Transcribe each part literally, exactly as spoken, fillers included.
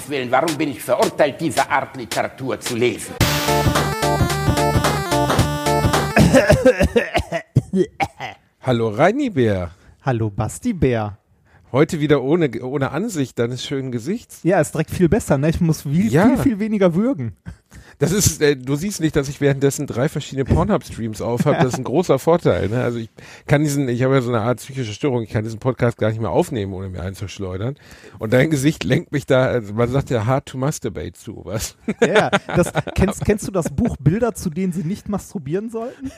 Gottes Willen, warum bin ich verurteilt, diese Art Literatur zu lesen? Hallo Reini Bär. Hallo Basti Bär. Heute wieder ohne, ohne Ansicht deines schönen Gesichts. Ja, ist direkt viel besser, ne? Ich muss viel, Ja. viel, viel weniger würgen. Das ist, äh, du siehst nicht, dass ich währenddessen drei verschiedene Pornhub-Streams aufhabe. Das ist ein großer Vorteil. Ne? Also ich kann diesen, ich habe ja so eine Art psychische Störung, ich kann diesen Podcast gar nicht mehr aufnehmen, ohne mir einzuschleudern. Und dein Gesicht lenkt mich da, also man sagt ja hard to masturbate zu, was? Ja, das, kennst, kennst du das Buch Bilder, zu denen sie nicht masturbieren sollten?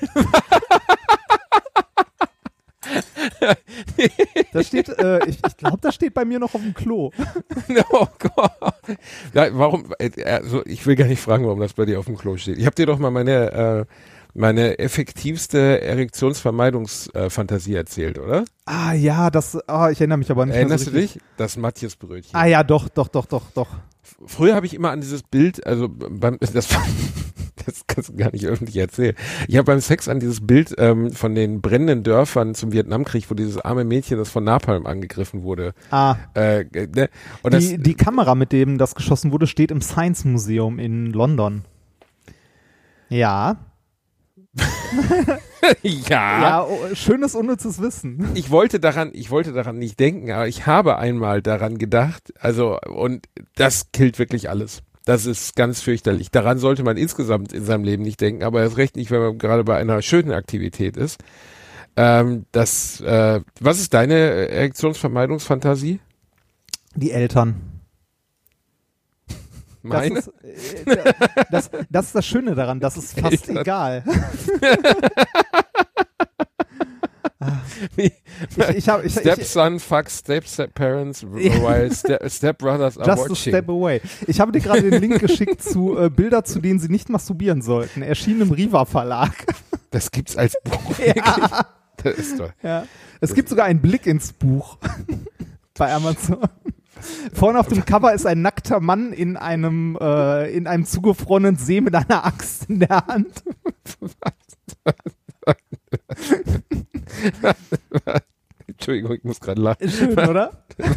Das steht, äh, ich, ich glaube, das steht bei mir noch auf dem Klo. Oh Gott. Ja, warum, äh, also ich will gar nicht fragen, warum das bei dir auf dem Klo steht. Ich habe dir doch mal meine, äh, meine effektivste Erektionsvermeidungsfantasie äh, erzählt, oder? Ah ja, das, ah, ich erinnere mich aber nicht Erinnerst mehr so du richtig. dich? Das Matjesbrötchen. Ah ja, doch, doch, doch, doch, doch. Früher habe ich immer an dieses Bild, also beim, das, das kannst du gar nicht öffentlich erzählen. Ich habe beim Sex an dieses Bild ähm, von den brennenden Dörfern zum Vietnamkrieg, wo dieses arme Mädchen, das von Napalm angegriffen wurde. Ah. Äh, ne? Und Die, das, die Kamera, mit dem das geschossen wurde, steht im Science Museum in London. Ja. ja. Ja, oh, schönes, unnützes Wissen. Ich wollte daran, ich wollte daran nicht denken, aber ich habe einmal daran gedacht, also, und das killt wirklich alles. Das ist ganz fürchterlich. Daran sollte man insgesamt in seinem Leben nicht denken, aber erst recht nicht, wenn man gerade bei einer schönen Aktivität ist. Ähm, das, äh, was ist deine Erektionsvermeidungsfantasie? Die Eltern. Meine? Das ist, äh, das, das ist das Schöne daran, das ist fast Eltern. egal. ich, ich hab, ich, Stepson fucks step, step parents while step, step brothers are just watching. a step away. Ich habe dir gerade den Link geschickt zu äh, Bilder, zu denen sie nicht masturbieren sollten. Erschienen im Riva Verlag. Das gibt's als Buch. Ja. Das ist toll. Ja. Es gibt sogar einen Blick ins Buch bei Amazon. Vorne auf dem Cover ist ein nackter Mann in einem äh, in einem zugefrorenen See mit einer Axt in der Hand. Entschuldigung, ich muss gerade lachen. Schön, oder?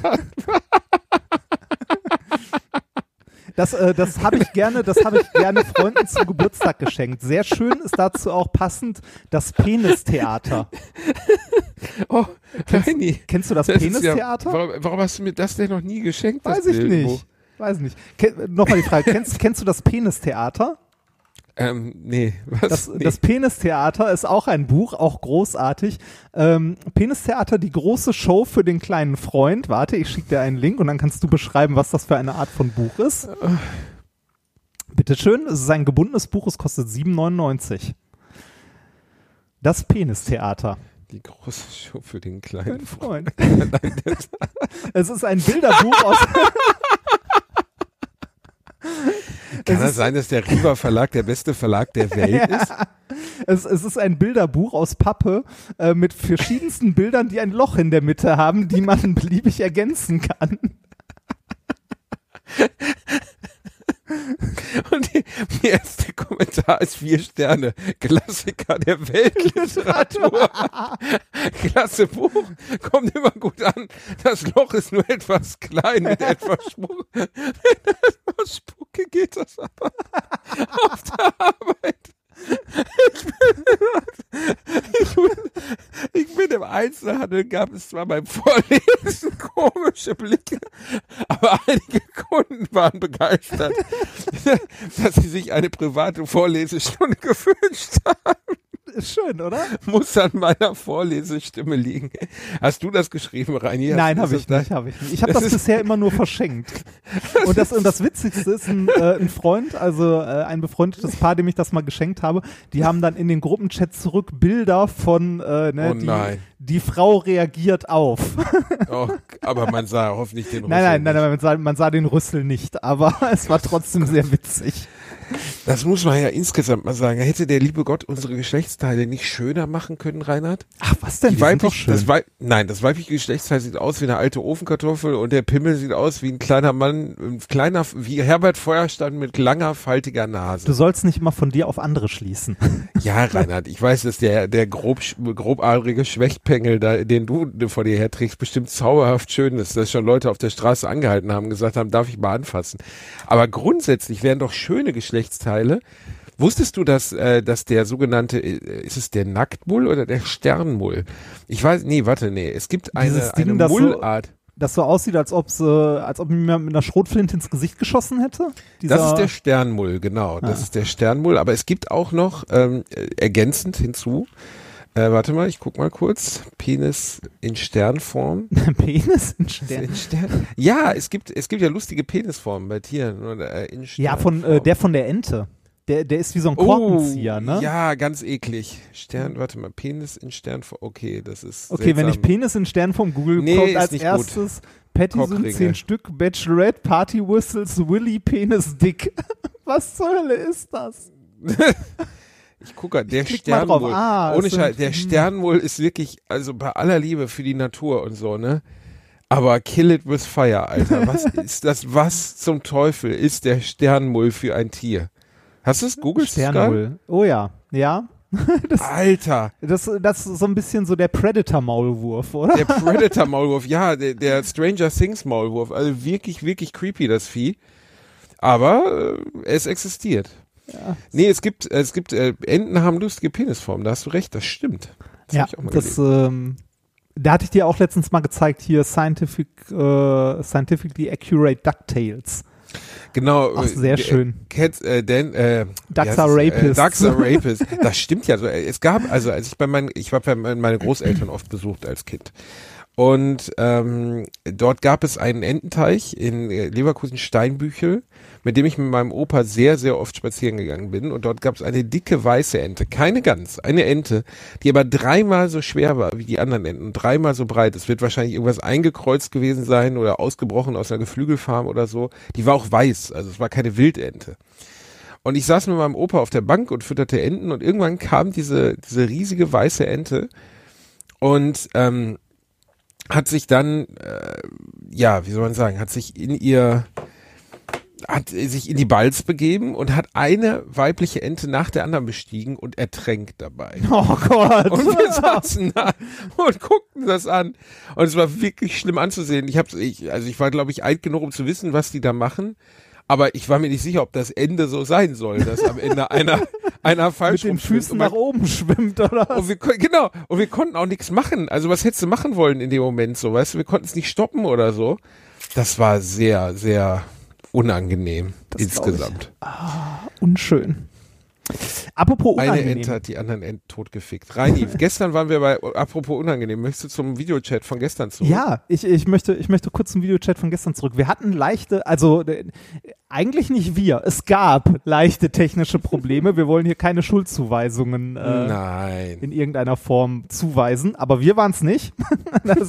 Das, äh, das habe ich gerne, das habe ich gerne Freunden zum Geburtstag geschenkt. Sehr schön ist dazu auch passend das Penistheater. Oh, Kennst, Reini, kennst du das, das ist Penistheater? Ja, warum, warum hast du mir das denn noch nie geschenkt? Weiß das ich Bild? nicht. Weiß nicht. Ken, Nochmal die Frage, kennst, kennst du das Penistheater? Ähm, nee, was? Das, nee. das Penistheater ist auch ein Buch, auch großartig. Ähm, Penistheater, die große Show für den kleinen Freund. Warte, ich schicke dir einen Link und dann kannst du beschreiben, was das für eine Art von Buch ist. Bitteschön, es ist ein gebundenes Buch, es kostet sieben neunundneunzig. Das Penistheater. Die große Show für den kleinen Freund. Freund. Nein, das Es ist ein Bilderbuch aus... Kann Es das ist- sein, dass der Riva Verlag der beste Verlag der Welt ist? Es, es ist ein Bilderbuch aus Pappe äh, mit verschiedensten Bildern, die ein Loch in der Mitte haben, die man beliebig ergänzen kann. Und die, der erste Kommentar ist vier Sterne. Klassiker der Weltliteratur. Klasse Buch. Kommt immer gut an. Das Loch ist nur etwas klein mit etwas Spucke. Mit etwas Spucke geht das aber auf der Arbeit. Ich bin, ich, bin, ich bin im Einzelhandel, gab es zwar beim Vorlesen komische Blicke, aber einige Kunden waren begeistert, dass sie sich eine private Vorlesestunde gewünscht haben. Schön, oder? Muss an meiner Vorlesestimme liegen. Hast du das geschrieben, Reini? Hast Nein, du habe das ich da- nicht, habe ich nicht. Ich habe Das das, ist- bisher immer nur verschenkt. Und das, und das Witzigste ist, ein, äh, ein Freund, also äh, ein befreundetes Paar, dem ich das mal geschenkt habe, die haben dann in den Gruppenchat zurück Bilder von, äh, ne, Oh die, nein. die Frau reagiert auf. Oh, aber man sah hoffentlich den Nein, nein, Rüssel nein, nein, man sah, man sah den Rüssel nicht, aber es war trotzdem sehr witzig. nicht. Das muss man ja insgesamt mal sagen. Hätte der liebe Gott unsere Geschlechtsteile nicht schöner machen können, Reinhard? Ach, was denn? Die Die sind doch weiblich, schön. das Weib, nein, das weibliche Geschlechtsteil sieht aus wie eine alte Ofenkartoffel und der Pimmel sieht aus wie ein kleiner Mann, ein kleiner, wie Herbert Feuerstein mit langer, faltiger Nase. Du sollst nicht immer von dir auf andere schließen. Ja, Reinhard, ich weiß, dass der, der grob, grobadrige Schwächpengel, da, den du vor dir herträgst, bestimmt zauberhaft schön ist, dass schon Leute auf der Straße angehalten haben, gesagt haben, darf ich mal anfassen. Aber grundsätzlich wären doch schöne Geschlechtsteile. Wusstest du, dass, äh, dass der sogenannte, äh, ist es der Nacktmull oder der Sternmull? Ich weiß, nee, warte, nee, es gibt eine, Dieses Ding, eine das so- Mullart. Das so aussieht, als ob äh, als ob mir mit einer Schrotflinte ins Gesicht geschossen hätte. Dieser, Das ist der Sternmull, genau, das Ah. ist der Sternmull, aber es gibt auch noch, ähm, äh, ergänzend hinzu, äh, warte mal, ich guck mal kurz, Penis in Sternform. Penis in Stern. In Stern? Ja, es gibt, es gibt ja lustige Penisformen bei Tieren oder äh, in Ja, von Sternform. äh, der von der Ente. Der, der ist wie so ein Korkenzieher, ne? Ja, ganz eklig. Stern, warte mal, Penis in Sternform. Okay, das ist Okay, wenn ich seltsam. Penis in Sternform google, Nee, kommt ist als nicht erstes Patty sind Cockringe. zehn Stück, Bachelorette, Party Whistles, Willy, Penis, Dick. Was zur Hölle ist das? Ich gucke, der klick mal drauf. Sternmull. Ah, Ohne es sind- Scheiß, der hm. Sternmull ist wirklich, also bei aller Liebe für die Natur und so, ne? Aber kill it with fire, Alter. Was ist das, was zum Teufel ist der Sternmull für ein Tier? Hast du es? Googlest du es gerade? Sternmull. Oh ja, ja. Alter, Das, das ist so ein bisschen so der Predator-Maulwurf, oder? der Predator-Maulwurf, ja, der, der Stranger Things-Maulwurf. Also wirklich, wirklich creepy, das Vieh. Aber äh, es existiert. Ja. Nee, es gibt, es gibt, äh, Enten haben lustige Penisformen, da hast du recht, das stimmt. Das Ja, hab ich auch mal das, gelesen. ähm, da hatte ich dir auch letztens mal gezeigt, hier Scientific, äh, Scientifically Accurate DuckTales. Genau. Ach, äh, sehr äh, schön. Cats, äh, Dan, äh, Ducks wie heißt are es? rapists. Äh, Ducks are rapists. Das stimmt ja so. Äh, Es gab, also als ich bei meinen, ich war bei meinen meine Großeltern oft besucht als Kind. Und ähm, dort gab es einen Ententeich in äh, Leverkusen-Steinbüchel, mit dem ich mit meinem Opa sehr, sehr oft spazieren gegangen bin. Und dort gab es eine dicke weiße Ente, keine Gans, eine Ente, die aber dreimal so schwer war wie die anderen Enten, dreimal so breit. Es wird wahrscheinlich irgendwas eingekreuzt gewesen sein oder ausgebrochen aus einer Geflügelfarm oder so. Die war auch weiß, also es war keine Wildente. Und ich saß mit meinem Opa auf der Bank und fütterte Enten und irgendwann kam diese, diese riesige weiße Ente und ähm, hat sich dann, äh, ja, wie soll man sagen, hat sich in ihr, hat sich in die Balz begeben und hat eine weibliche Ente nach der anderen bestiegen und ertränkt dabei. Oh Gott. Und wir saßen da und guckten das an. Und es war wirklich schlimm anzusehen. Ich hab's, ich, also ich war, glaube ich, alt genug, um zu wissen, was die da machen. Aber ich war mir nicht sicher, ob das Ende so sein soll, dass am Ende einer, einer falsch Mit den rumschwimmt. Füßen Und man- nach oben schwimmt, oder? und wir, kon- genau, und wir konnten auch nichts machen. Also was hättest du machen wollen in dem Moment so, weißt du? Wir konnten es nicht stoppen oder so. Das war sehr, sehr unangenehm Das glaub insgesamt. Unschön. Apropos Eine unangenehm. Ente hat die anderen Enten totgefickt. Reini, gestern waren wir bei, apropos unangenehm, möchtest du zum Videochat von gestern zurück? Ja, ich, ich, möchte, ich möchte kurz zum Videochat von gestern zurück. Wir hatten leichte, also äh, eigentlich nicht wir, es gab leichte technische Probleme. Wir wollen hier keine Schuldzuweisungen äh, Nein. in irgendeiner Form zuweisen, aber wir waren es nicht. das,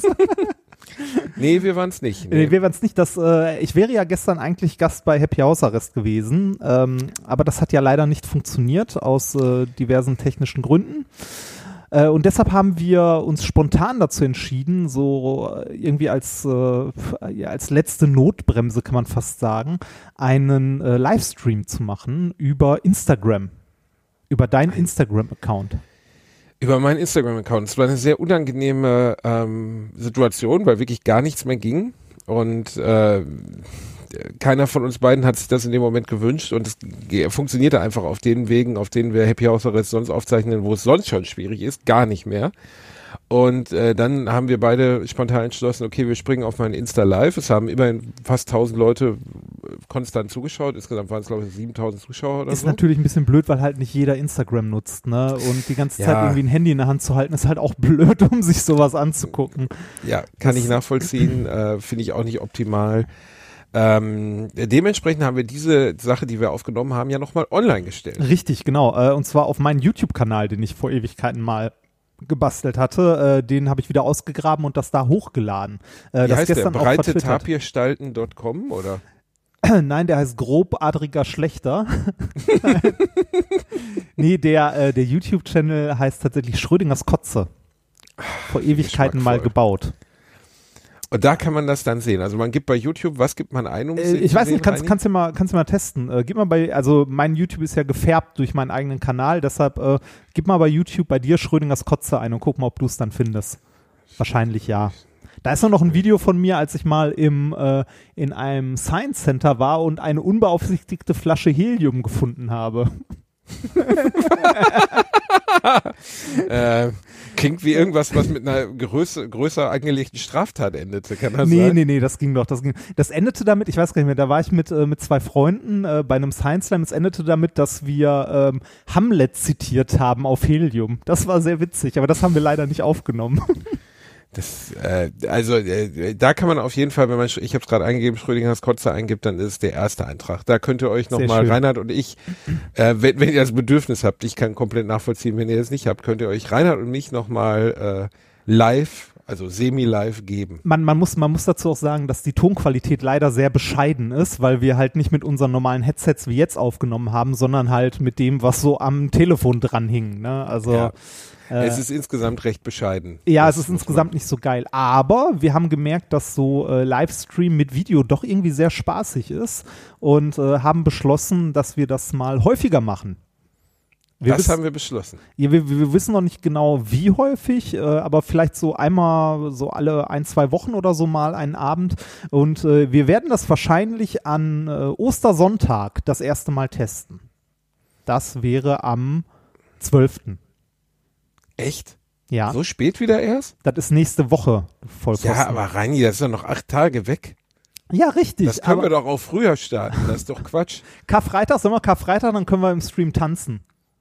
Nee, wir waren es nicht. nee. Nee. Wir waren es nicht. Das, äh, ich wäre ja gestern eigentlich Gast bei Happy House Arrest gewesen, ähm, aber das hat ja leider nicht funktioniert aus äh, diversen technischen Gründen. Äh, und deshalb haben wir uns spontan dazu entschieden, so äh, irgendwie als, äh, ja, als letzte Notbremse kann man fast sagen, einen äh, Livestream zu machen über Instagram, über deinen Instagram-Account. Über meinen Instagram-Account. Es war eine sehr unangenehme ähm, Situation, weil wirklich gar nichts mehr ging. Und äh, keiner von uns beiden hat sich das in dem Moment gewünscht. Und es ge- funktionierte einfach auf den Wegen, auf denen wir Happy House Arrest sonst aufzeichnen, wo es sonst schon schwierig ist, gar nicht mehr. Und äh, dann haben wir beide spontan entschlossen, okay, wir springen auf mein Insta Live. Es haben immerhin fast tausend Leute konstant zugeschaut. Insgesamt waren es, glaube ich, siebentausend Zuschauer oder Ist so. natürlich ein bisschen blöd, weil halt nicht jeder Instagram nutzt, ne? Und die ganze Zeit Ja. irgendwie ein Handy in der Hand zu halten, ist halt auch blöd, um sich sowas anzugucken. Ja, kann Das- ich nachvollziehen. äh, Finde ich auch nicht optimal. Ähm, dementsprechend haben wir diese Sache, die wir aufgenommen haben, ja nochmal online gestellt. Richtig, genau. Äh, und zwar auf meinen YouTube-Kanal, den ich vor Ewigkeiten mal gebastelt hatte. Äh, den habe ich wieder ausgegraben und das da hochgeladen. Äh, Wie das heißt der? gestern auch breite vertwittert. tapirgestalten Punkt com oder? Nein, der heißt grobadriger Schlechter. Nee, der, äh, der YouTube-Channel heißt tatsächlich Schrödingers Kotze. Vor Ewigkeiten mal gebaut. Und da kann man das dann sehen. Also man gibt bei YouTube, was gibt man ein, um es äh, Ich zu weiß sehen, nicht, kannst, Reini? kannst du mal, kannst du mal testen. Äh, gib mal bei, also mein YouTube ist ja gefärbt durch meinen eigenen Kanal, deshalb äh, gib mal bei YouTube bei dir Schrödingers Kotze ein und guck mal, ob du es dann findest. Wahrscheinlich ja. Da ist noch ein Video von mir, als ich mal im, äh, in einem Science Center war und eine unbeaufsichtigte Flasche Helium gefunden habe. äh, klingt wie irgendwas, was mit einer größer, größer angelegten Straftat endete. Kann das Nee, sein? nee, nee, das ging doch. Das, ging. das endete damit, ich weiß gar nicht mehr, da war ich mit, äh, mit zwei Freunden äh, bei einem Science Slam. Es endete damit, dass wir ähm, Hamlet zitiert haben auf Helium. Das war sehr witzig, aber das haben wir leider nicht aufgenommen. Das, äh, also äh, da kann man auf jeden Fall, wenn man, ich habe es gerade eingegeben, Schrödingers Kotze eingibt, dann ist es der erste Eintrag. Da könnt ihr euch nochmal, Reinhard und ich, äh, wenn, wenn ihr das Bedürfnis habt, ich kann komplett nachvollziehen, wenn ihr das nicht habt, könnt ihr euch Reinhard und mich nochmal äh, live, also semi-live geben. Man, man, muss, man muss dazu auch sagen, dass die Tonqualität leider sehr bescheiden ist, weil wir halt nicht mit unseren normalen Headsets wie jetzt aufgenommen haben, sondern halt mit dem, was so am Telefon dran hing. Ne? Also Ja. Äh, es ist insgesamt recht bescheiden. Ja, das es ist insgesamt nicht so geil. Aber wir haben gemerkt, dass so äh, Livestream mit Video doch irgendwie sehr spaßig ist und äh, haben beschlossen, dass wir das mal häufiger machen. Wir das wissen, haben wir beschlossen. Ja, wir, wir wissen noch nicht genau, wie häufig, äh, aber vielleicht so einmal, so alle ein, zwei Wochen oder so mal einen Abend. Und äh, wir werden das wahrscheinlich an äh, Ostersonntag das erste Mal testen. Das wäre am zwölften Echt? Ja, So spät wieder erst? das ist nächste Woche. Vollpfosten. Ja, aber Reini, das ist doch noch acht Tage weg. Ja, richtig. Das können aber wir doch auch früher starten. Das ist doch Quatsch. Karfreitag, sagen wir Karfreitag, dann können wir im Stream tanzen.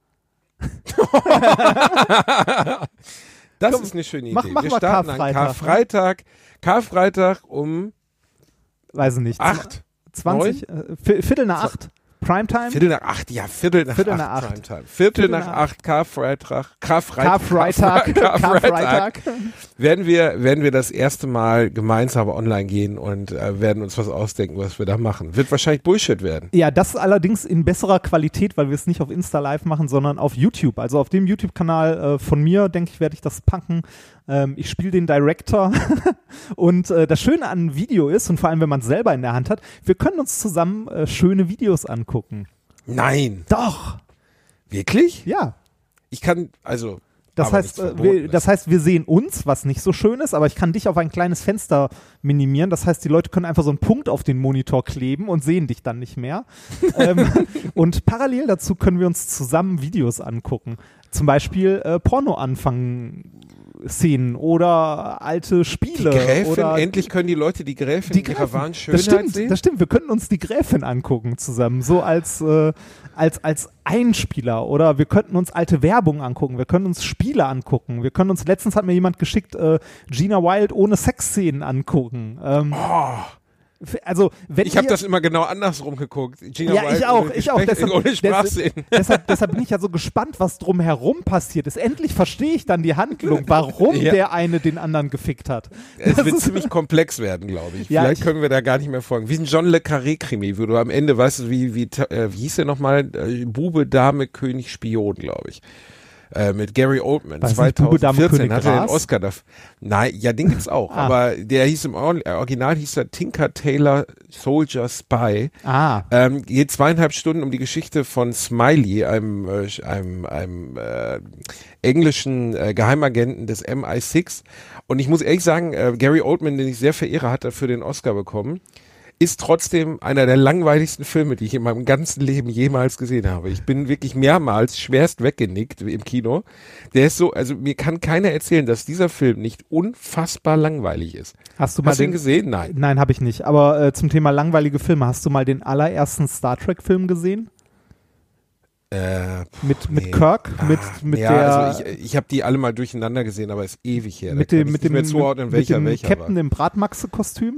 Das Komm, ist eine schöne Idee. mach- mach wir mal starten an Karfreitag, Karfreitag, Karfreitag um Weiß ich nicht. acht. zwanzig, äh, Vi- Viertel nach acht. Primetime. Viertel nach acht, ja, Viertel nach Viertel acht. nach acht. Primetime. Viertel, Viertel nach nach acht, Karfreitag, Karfreitag, Karfreitag. Karfreitag, Karfreitag. werden wir, werden wir das erste Mal gemeinsam online gehen und äh, werden uns was ausdenken, was wir da machen. Wird wahrscheinlich Bullshit werden. Ja, das allerdings in besserer Qualität, weil wir es nicht auf Insta Live machen, sondern auf YouTube. Also auf dem YouTube-Kanal äh, von mir, denke ich, werde ich das packen. Ähm, ich spiele den Director und äh, das Schöne an einem Video ist, und vor allem, wenn man es selber in der Hand hat, wir können uns zusammen äh, schöne Videos angucken. Nein. Doch, Wirklich? ja. Ich kann, also. Das aber heißt, nichts äh, verboten wir, das ist. heißt, wir sehen uns, was nicht so schön ist, aber ich kann dich auf ein kleines Fenster minimieren. Das heißt, die Leute können einfach so einen Punkt auf den Monitor kleben und sehen dich dann nicht mehr. ähm, und parallel dazu können wir uns zusammen Videos angucken. Zum Beispiel äh, Porno-Anfang-Szenen oder alte Die Spiele. Gräfin, oder endlich können die Leute die Gräfin die in ihrer Gräfin. wahren Schönheit das stimmt, sehen. das stimmt. Wir könnten uns die Gräfin angucken zusammen, so als, äh, als, als Einspieler. Oder wir könnten uns alte Werbung angucken. Wir können uns Spiele angucken. Wir können uns, letztens hat mir jemand geschickt, äh, Gina Wild ohne Sexszenen angucken. Ähm, Oh, f- also, wenn ich habe ihr- das immer genau andersrum geguckt. Gina Ja, Wild ich auch, ohne ich auch. Gespräch- Deshalb, ohne des, Sprachszenen. deshalb, deshalb bin ich ja so gespannt, was drumherum passiert ist. Endlich verstehe ich dann die Handlung, warum Ja. der eine den anderen gefickt hat. Es Das wird ist- ziemlich komplex werden, glaube ich. Ja, Vielleicht ich- können wir da gar nicht mehr folgen. Wie ein John Le Carré-Krimi, wo du am Ende weißt, wie, wie, äh, wie hieß der nochmal? Äh, Bube, Dame, König, Spion, glaube ich. Äh, mit Gary Oldman. Weiß nicht, Bube, Dame, zweitausendvierzehn König, hatte er den Gras? Oscar dafür. Nein, ja, den gibt's auch. Ah. Aber der hieß im Or- äh, Original hieß er Tinker Tailor Soldier Spy. Ah, Ähm, geht zweieinhalb Stunden um die Geschichte von Smiley, einem, äh, einem, einem äh, englischen äh, Geheimagenten des M I sechs. Und ich muss ehrlich sagen, äh, Gary Oldman, den ich sehr verehre, hat dafür den Oscar bekommen. Ist trotzdem einer der langweiligsten Filme, die ich in meinem ganzen Leben jemals gesehen habe. Ich bin wirklich mehrmals schwerst weggenickt im Kino. Der ist so, also mir kann keiner erzählen, dass dieser Film nicht unfassbar langweilig ist. hast du mal Hast du ihn den, gesehen? Nein. Nein, habe ich nicht. Aber äh, zum Thema langweilige Filme, hast du mal den allerersten Star Trek-Film gesehen? Äh, Mit, mit nee. Kirk? Mit, Ah, mit ja, der, also ich, ich habe die alle mal durcheinander gesehen, aber ist ewig her. mit Da kann dem, ich mit nicht dem, mehr zuordnen, mit, welcher mit dem welcher Captain war. im Bratmaxe-Kostüm?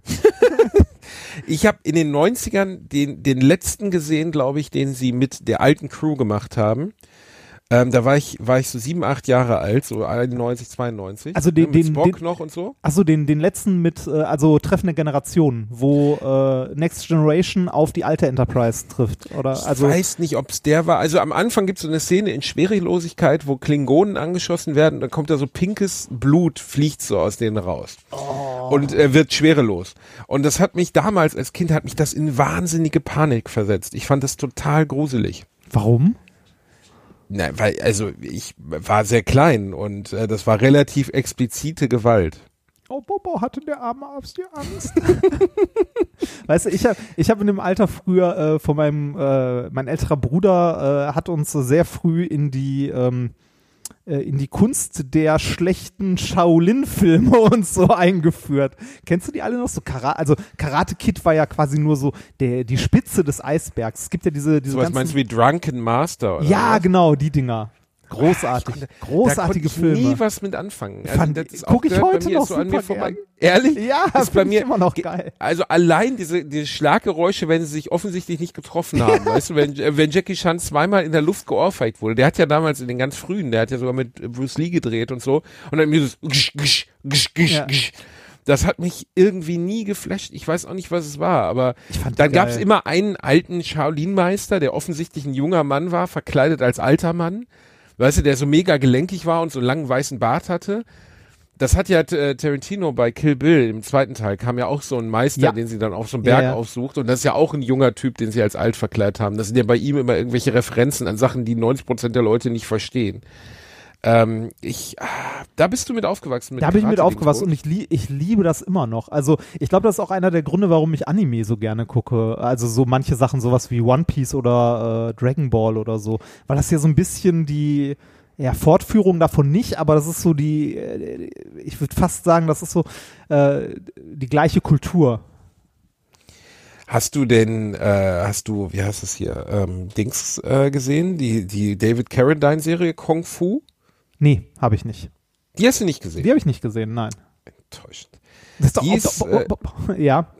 Ich habe in den neunzigern den, den letzten gesehen, glaube ich, den sie mit der alten Crew gemacht haben. Ähm, da war ich, war ich so sieben, acht Jahre alt, so einundneunzig, zweiundneunzig. Also den, ne, mit den, Spock den noch und so. Achso, den, den letzten mit, äh, also treffende Generation, wo äh, Next Generation auf die alte Enterprise trifft, oder? Ich Also weiß nicht, ob es der war. Also am Anfang gibt es so eine Szene in Schwerelosigkeit, wo Klingonen angeschossen werden, dann kommt da so pinkes Blut, fliegt so aus denen raus. Oh. Und er äh, wird schwerelos. Und das hat mich damals als Kind, hat mich das in wahnsinnige Panik versetzt. Ich fand das total gruselig. Warum? Na, weil, also ich war sehr klein und äh, das war relativ explizite Gewalt. Oh, Bobo, hatte der arme Arzt dir Angst? Weißt du, ich habe ich hab in dem Alter früher äh, von meinem, äh, mein älterer Bruder äh, hat uns so sehr früh in die, ähm, äh, in die Kunst der schlechten Shaolin-Filme und so eingeführt. Kennst du die alle noch? So Karate, also Karate Kid war ja quasi nur so der, die Spitze des Eisbergs. Es gibt ja diese, diese So was ganzen, meinst du wie Drunken Master? Oder ja, was? genau, die Dinger. Großartig, konnte, großartige da konnte ich Filme. nie was mit anfangen. Also Fand, das ist guck ich gehört bei heute mir noch so an super mir vorbei. gern. Ehrlich? Ja, ist bei mir immer noch geil. Also allein diese, diese Schlaggeräusche, wenn sie sich offensichtlich nicht getroffen haben. Weißt du, wenn, wenn Jackie Chan zweimal in der Luft geohrfeigt wurde, der hat ja damals in den ganz frühen, der hat ja sogar mit Bruce Lee gedreht und so, und dann dieses gsch, gsch, gsch, gsch, Ja. gsch. Das hat mich irgendwie nie geflasht. Ich weiß auch nicht, was es war, aber Ich fand die dann gab es geil. immer einen alten Shaolin-Meister, der offensichtlich ein junger Mann war, verkleidet als alter Mann. Weißt du, der so mega gelenkig war und so einen langen weißen Bart hatte. Das hat ja äh, Tarantino bei Kill Bill im zweiten Teil, kam ja auch so ein Meister, Ja. den sie dann auf so einem Berg Ja, ja. aufsucht. Und das ist ja auch ein junger Typ, den sie als alt verkleidet haben. Das sind ja bei ihm immer irgendwelche Referenzen an Sachen, die neunzig Prozent der Leute nicht verstehen. Ähm, ich, ah, da bist du mit aufgewachsen. Mit Da bin ich mit Karate aufgewachsen und Dings, ich, lie ich liebe das immer noch. Also ich glaube, das ist auch einer der Gründe, warum ich Anime so gerne gucke. Also so manche Sachen, sowas wie One Piece oder äh, Dragon Ball oder so. Weil das ja so ein bisschen die ja, Fortführung davon nicht, aber das ist so die, äh, ich würde fast sagen, das ist so äh, die gleiche Kultur. Hast du denn, äh, hast du, wie heißt es hier, ähm, Dings äh, gesehen? Die, die David Carradine-Serie Kung Fu? Nee, habe ich nicht. Die hast du nicht gesehen? Die habe ich nicht gesehen, nein. Enttäuscht. Das ist doch, Die ist, oh, oh, oh, oh, ja.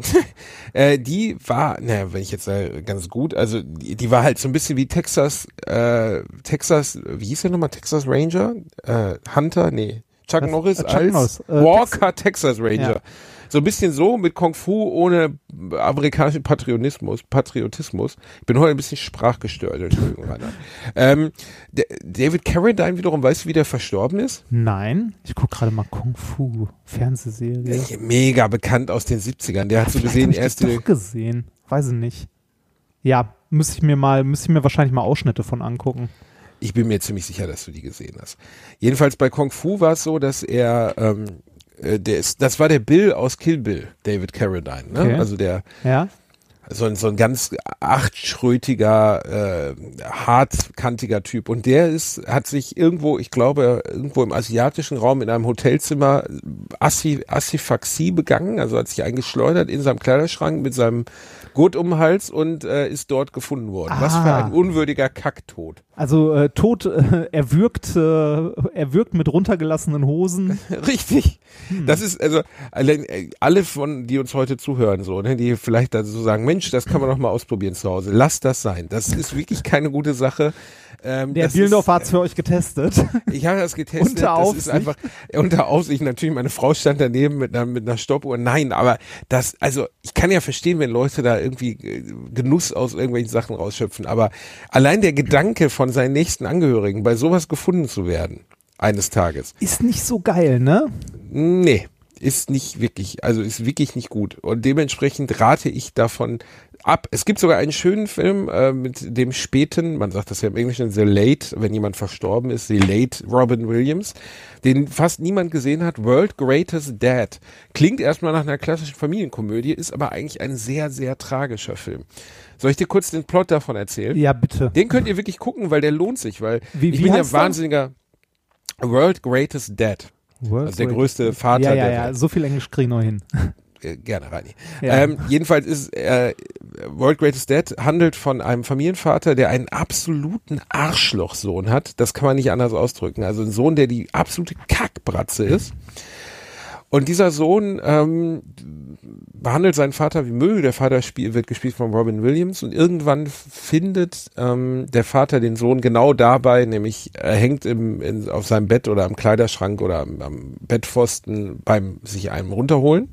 Äh, die war, naja, wenn ich jetzt sage, ganz gut, also die, die war halt so ein bisschen wie Texas, äh, Texas, wie hieß der nochmal, Texas Ranger? Äh, Hunter? Nee. Chuck Das- Norris äh, Chuck als Norris, äh, Walker Texas Ranger. Ja. So ein bisschen so mit Kung Fu ohne amerikanischen Patriotismus. Patriotismus. Ich bin heute ein bisschen sprachgestört, Entschuldigung, Rainer. ähm, der, David Carradine wiederum, weißt du, wie der verstorben ist? Nein, ich gucke gerade mal Kung Fu Fernsehserie. Mega bekannt aus den siebzigern. Der hat so Vielleicht gesehen, hab ich erst das die, doch gesehen. Weiß ich nicht. Ja, müsste ich mir mal, müsste ich mir wahrscheinlich mal Ausschnitte von angucken. ich bin mir ziemlich sicher, dass du die gesehen hast. Jedenfalls bei Kung Fu war es so, dass er, ähm, äh, der ist, das war der Bill aus Kill Bill, David Carradine, ne? Okay. Also der, Ja. so ein, so ein ganz achtschrötiger, äh, hartkantiger Typ. Und der ist, hat sich irgendwo, ich glaube, irgendwo im asiatischen Raum in einem Hotelzimmer Assi, Asphyxie begangen, also hat sich eingeschleudert in seinem Kleiderschrank mit seinem Gurt um den Hals und äh, ist dort gefunden worden. Was für Ah. ein unwürdiger Kacktod. Also äh, tot, äh, er wirkt, äh, er wirkt mit runtergelassenen Hosen. Richtig. Das ist also alle, alle von, die uns heute zuhören, so, ne, die vielleicht da so sagen, Mensch, das kann man doch mal ausprobieren zu Hause. Lass das sein. Das ist wirklich keine gute Sache. Ähm, Der das Bielendorf ist, hat es für euch getestet. Ich habe das getestet. Unter das Aufsicht. ist einfach unter Aufsicht. Natürlich, meine Frau stand daneben mit einer, mit einer Stoppuhr. Nein, aber das, also ich kann ja verstehen, wenn Leute da irgendwie äh, Genuss aus irgendwelchen Sachen rausschöpfen. Aber allein der Gedanke von seinen nächsten Angehörigen, bei sowas gefunden zu werden, eines Tages, Ist nicht so geil, ne? nee, ist nicht wirklich, also ist wirklich nicht gut. Und dementsprechend rate ich davon ab. Es gibt sogar einen schönen Film äh, mit dem späten, man sagt das ja im Englischen, The Late, wenn jemand verstorben ist, The Late Robin Williams, den fast niemand gesehen hat, World Greatest Dad. Klingt erstmal nach einer klassischen Familienkomödie, ist aber eigentlich ein sehr, sehr tragischer Film. Soll ich dir kurz den Plot davon erzählen? Ja, bitte. Den könnt ihr wirklich gucken, weil der lohnt sich, weil Wie- ich wie bin ja heißt der? wahnsinniger World Greatest Dad. World Also der Great- größte Vater Ja, ja, der ja, Welt. so viel Englisch kriege ich noch hin. Äh, Gerne, Reini. Ja. Ähm, jedenfalls ist äh, World Greatest Dad handelt von einem Familienvater, der einen absoluten Arschlochsohn hat. Das kann man nicht anders ausdrücken. Also ein Sohn, der die absolute Kackbratze ist. Und dieser Sohn ähm, behandelt seinen Vater wie Müll. Der Vater spiel, wird gespielt von Robin Williams und irgendwann findet ähm, der Vater den Sohn genau dabei, nämlich er hängt im, in, auf seinem Bett oder am Kleiderschrank oder am, am Bettpfosten beim sich einem runterholen.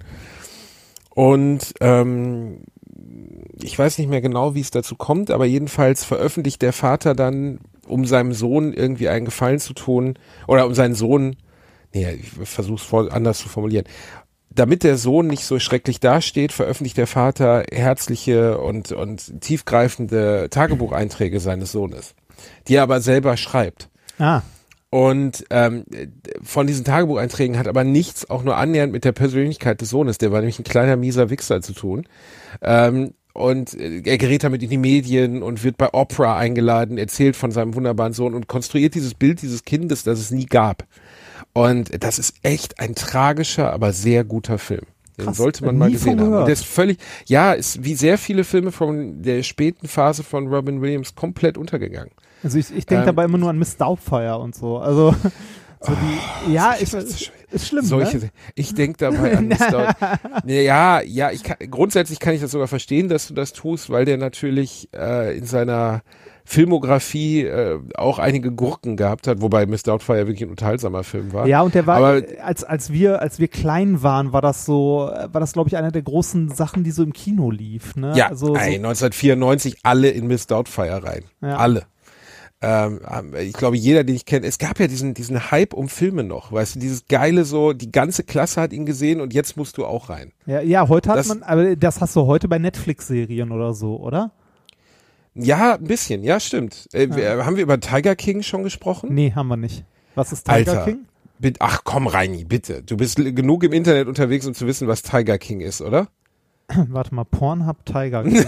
Und ähm, ich weiß nicht mehr genau, wie es dazu kommt, aber jedenfalls veröffentlicht der Vater dann, um seinem Sohn irgendwie einen Gefallen zu tun, oder um seinen Sohn, nee, ich versuche es anders zu formulieren, damit der Sohn nicht so schrecklich dasteht, veröffentlicht der Vater herzliche und, und tiefgreifende Tagebucheinträge seines Sohnes, die er aber selber schreibt. Ah. Und ähm, von diesen Tagebucheinträgen hat aber nichts auch nur annähernd mit der Persönlichkeit des Sohnes, der war nämlich ein kleiner mieser Wichser, zu tun. Ähm, und er gerät damit in die Medien und wird bei Oprah eingeladen, erzählt von seinem wunderbaren Sohn und konstruiert dieses Bild dieses Kindes, das es nie gab. Und das ist echt ein tragischer, aber sehr guter Film. Den Krass, sollte man mal nie gesehen von haben. Und gehört. der ist völlig, ja, ist wie sehr viele Filme von der späten Phase von Robin Williams komplett untergegangen. Also ich, ich denke Ähm, dabei immer nur an Miss Doubtfire und so. Also so die, ja, solche- ist, solche- ist schlimm, Solche, ne? ich denke dabei an Mister Ja, ja, ich kann, grundsätzlich kann ich das sogar verstehen, dass du das tust, weil der natürlich äh, in seiner Filmografie äh, auch einige Gurken gehabt hat, wobei Miss Doubtfire wirklich ein unterhaltsamer Film war. Ja, und der war, Aber- als, als wir, als wir klein waren, war das so, war das, glaube ich, eine der großen Sachen, die so im Kino lief, ne? Ja, also, ey, so, neunzehnhundertvierundneunzig alle in Miss Doubtfire rein. Ja. Alle. Ähm, ich glaube, jeder, den ich kenne, es gab ja diesen, diesen Hype um Filme noch, weißt du, dieses geile so, die ganze Klasse hat ihn gesehen und jetzt musst du auch rein. ja, ja, heute hat das- man, aber das hast du heute bei Netflix-Serien oder so, oder? Ja, ein bisschen, ja, stimmt. Äh, wir, haben wir über Tiger King schon gesprochen? Nee, haben wir nicht. Was ist Tiger Alter. King? Bitte, ach komm, Reini, bitte. Du bist l- genug im Internet unterwegs, um zu wissen, was Tiger King ist, oder? Warte mal, Pornhub Tiger King.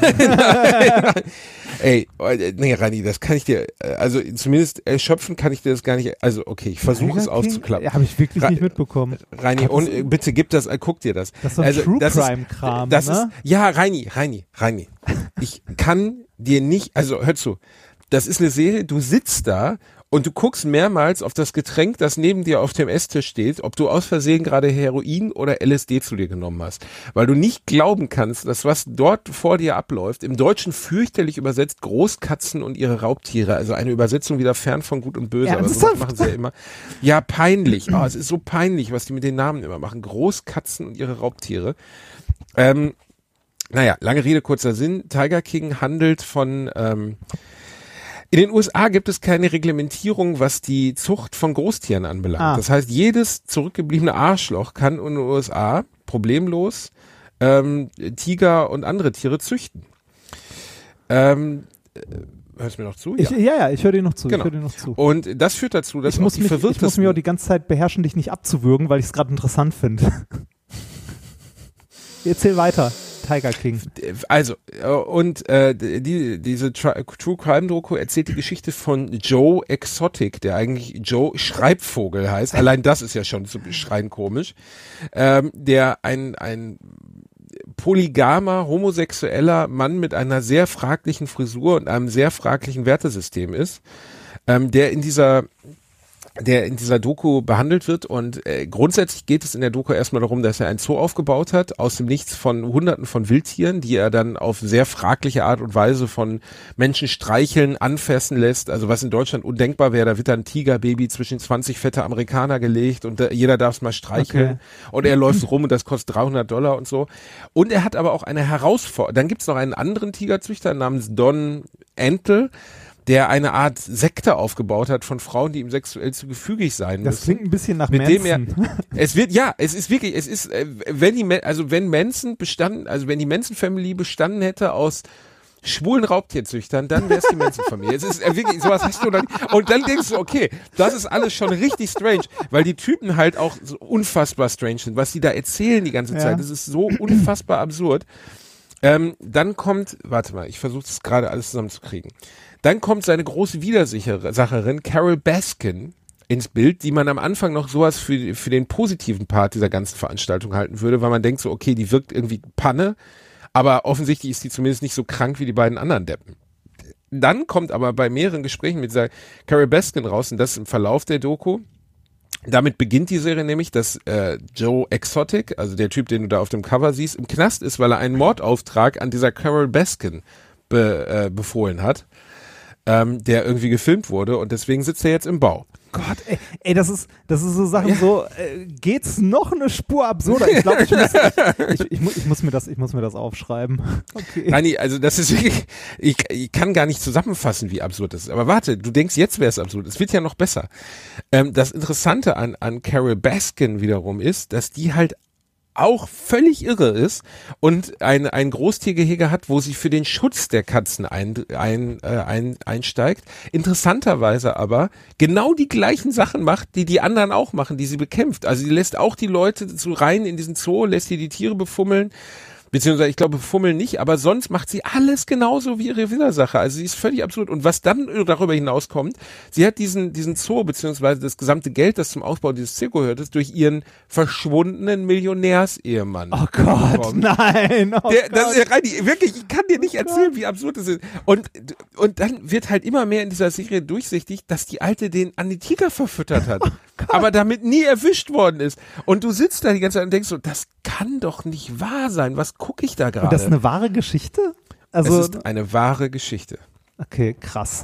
Ey, äh, nee, Reini, das kann ich dir, äh, also zumindest erschöpfen kann ich dir das gar nicht, also okay, ich versuche es Tiger King? aufzuklappen. Ja, habe ich wirklich Ra- nicht mitbekommen. Reini, Hat das- und äh, bitte gib das, äh, guck dir das. Das ist so ein also, True das ist- Crime-Kram, Das ne? ist, ja, Reini, Reini, Reini. Ich kann dir nicht, also hör zu, das ist eine Serie, du sitzt da und du guckst mehrmals auf das Getränk, das neben dir auf dem Esstisch steht, ob du aus Versehen gerade Heroin oder L S D zu dir genommen hast. Weil du nicht glauben kannst, dass was dort vor dir abläuft, im Deutschen fürchterlich übersetzt, Großkatzen und ihre Raubtiere. Also eine Übersetzung wieder fern von Gut und Böse. Aber sowas Ernsthaft? machen sie ja immer. Ja, peinlich. Oh, es ist so peinlich, was die mit den Namen immer machen. Großkatzen und ihre Raubtiere. Ähm, naja, lange Rede, kurzer Sinn. Tiger King handelt von... Ähm, in den U S A gibt es keine Reglementierung, was die Zucht von Großtieren anbelangt. Ah. Das heißt, jedes zurückgebliebene Arschloch kann in den U S A problemlos ähm, Tiger und andere Tiere züchten. Ähm, äh, hörst du mir noch zu? Ich, ja, ja, ich höre dir noch zu. Genau. Ich höre dir noch zu. Und das führt dazu, dass Ich auch muss, die mich, ich muss verwirrtesten... mich auch die ganze Zeit beherrschen, dich nicht abzuwürgen, weil ich es gerade interessant finde. Erzähl weiter, Tiger King. Also, äh, und äh, die, diese Tri- True Crime Doku erzählt die Geschichte von Joe Exotic, der eigentlich Joe Schreibvogel heißt. Allein das ist ja schon zu beschreien komisch. Ähm, der ein, ein polygamer, homosexueller Mann mit einer sehr fraglichen Frisur und einem sehr fraglichen Wertesystem ist, ähm, der in dieser der in dieser Doku behandelt wird und äh, grundsätzlich geht es in der Doku erstmal darum, dass er ein Zoo aufgebaut hat, aus dem Nichts von hunderten von Wildtieren, die er dann auf sehr fragliche Art und Weise von Menschen streicheln, anfassen lässt, also was in Deutschland undenkbar wäre, da wird dann ein Tigerbaby zwischen zwanzig fette Amerikaner gelegt und äh, jeder darf es mal streicheln Okay. und er läuft rum und das kostet dreihundert Dollar und so. Und er hat aber auch eine Herausforderung, dann gibt's noch einen anderen Tigerzüchter namens Don Antle, der eine Art Sekte aufgebaut hat von Frauen, die ihm sexuell zu gefügig sein Das müssen. klingt ein bisschen nach Mit dem er, Manson. es wird, ja, es ist wirklich, es ist, äh, wenn die, Ma- also wenn Manson bestanden, also wenn die Manson-Family bestanden hätte aus schwulen Raubtierzüchtern, dann wäre es die Manson-Familie. Es ist äh, wirklich, sowas hast du dann, und dann denkst du, okay, das ist alles schon richtig strange, weil die Typen halt auch so unfassbar strange sind, was die da erzählen die ganze Ja. Zeit, das ist so unfassbar absurd. Ähm, dann kommt, warte mal, ich versuche es gerade alles zusammenzukriegen. Dann kommt seine große Widersacherin Carol Baskin ins Bild, die man am Anfang noch sowas für, für den positiven Part dieser ganzen Veranstaltung halten würde, weil man denkt so, okay, die wirkt irgendwie Panne, aber offensichtlich ist die zumindest nicht so krank wie die beiden anderen Deppen. Dann kommt aber bei mehreren Gesprächen mit dieser Carol Baskin raus, und das im Verlauf der Doku, Damit beginnt die Serie nämlich, dass äh, Joe Exotic, also der Typ, den du da auf dem Cover siehst, im Knast ist, weil er einen Mordauftrag an dieser Carol Baskin be, äh, befohlen hat, ähm, der irgendwie gefilmt wurde und deswegen sitzt er jetzt im Bau. Gott, ey, ey, das ist, das ist so Sachen, ja. so, äh, geht's noch eine Spur absurder? Ich glaube, ich muss, ich, ich, ich, mu- ich muss mir das, ich muss mir das aufschreiben. Okay. Nein, also das ist wirklich, ich, ich kann gar nicht zusammenfassen, wie absurd das ist. Aber warte, du denkst, jetzt wäre es absurd. Es wird ja noch besser. Ähm, das Interessante an, an Carol Baskin wiederum ist, dass die halt auch völlig irre ist und ein, ein Großtiergehege hat, wo sie für den Schutz der Katzen ein, ein, äh, ein, einsteigt. Interessanterweise aber genau die gleichen Sachen macht, die die anderen auch machen, die sie bekämpft. Also sie lässt auch die Leute so rein in diesen Zoo, lässt die die Tiere befummeln, beziehungsweise ich glaube befummeln nicht, aber sonst macht sie alles genauso wie ihre Widersacher. Also sie ist völlig absurd. Und was dann darüber hinauskommt, sie hat diesen diesen Zoo, beziehungsweise das gesamte Geld, das zum Ausbau dieses Zoos gehört ist, durch ihren verschwundenen Millionärsehemann. Oh Gott, bekommen. Nein. Oh Der, Gott. das ist, Reini, wirklich, ich kann dir nicht oh erzählen, wie absurd das ist. Und, und dann wird halt immer mehr in dieser Serie durchsichtig, dass die Alte den an die Tiger verfüttert hat. Oh aber damit nie erwischt worden ist. Und du sitzt da die ganze Zeit und denkst so, das kann doch nicht wahr sein. Was gucke ich da gerade? Und das ist eine wahre Geschichte? Also, es ist eine wahre Geschichte. Okay, krass.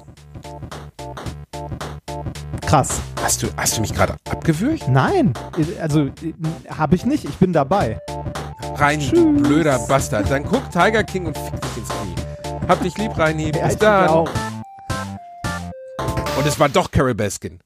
Krass. Hast du, hast du mich gerade abgewürgt? Nein, also habe ich nicht. Ich bin dabei. Reini, du blöder Bastard. Dann guck Tiger King und fick dich ins Knie. Hab dich lieb, Reini. Bis Ja, ich dann. auch. Und es war doch Carol Baskin.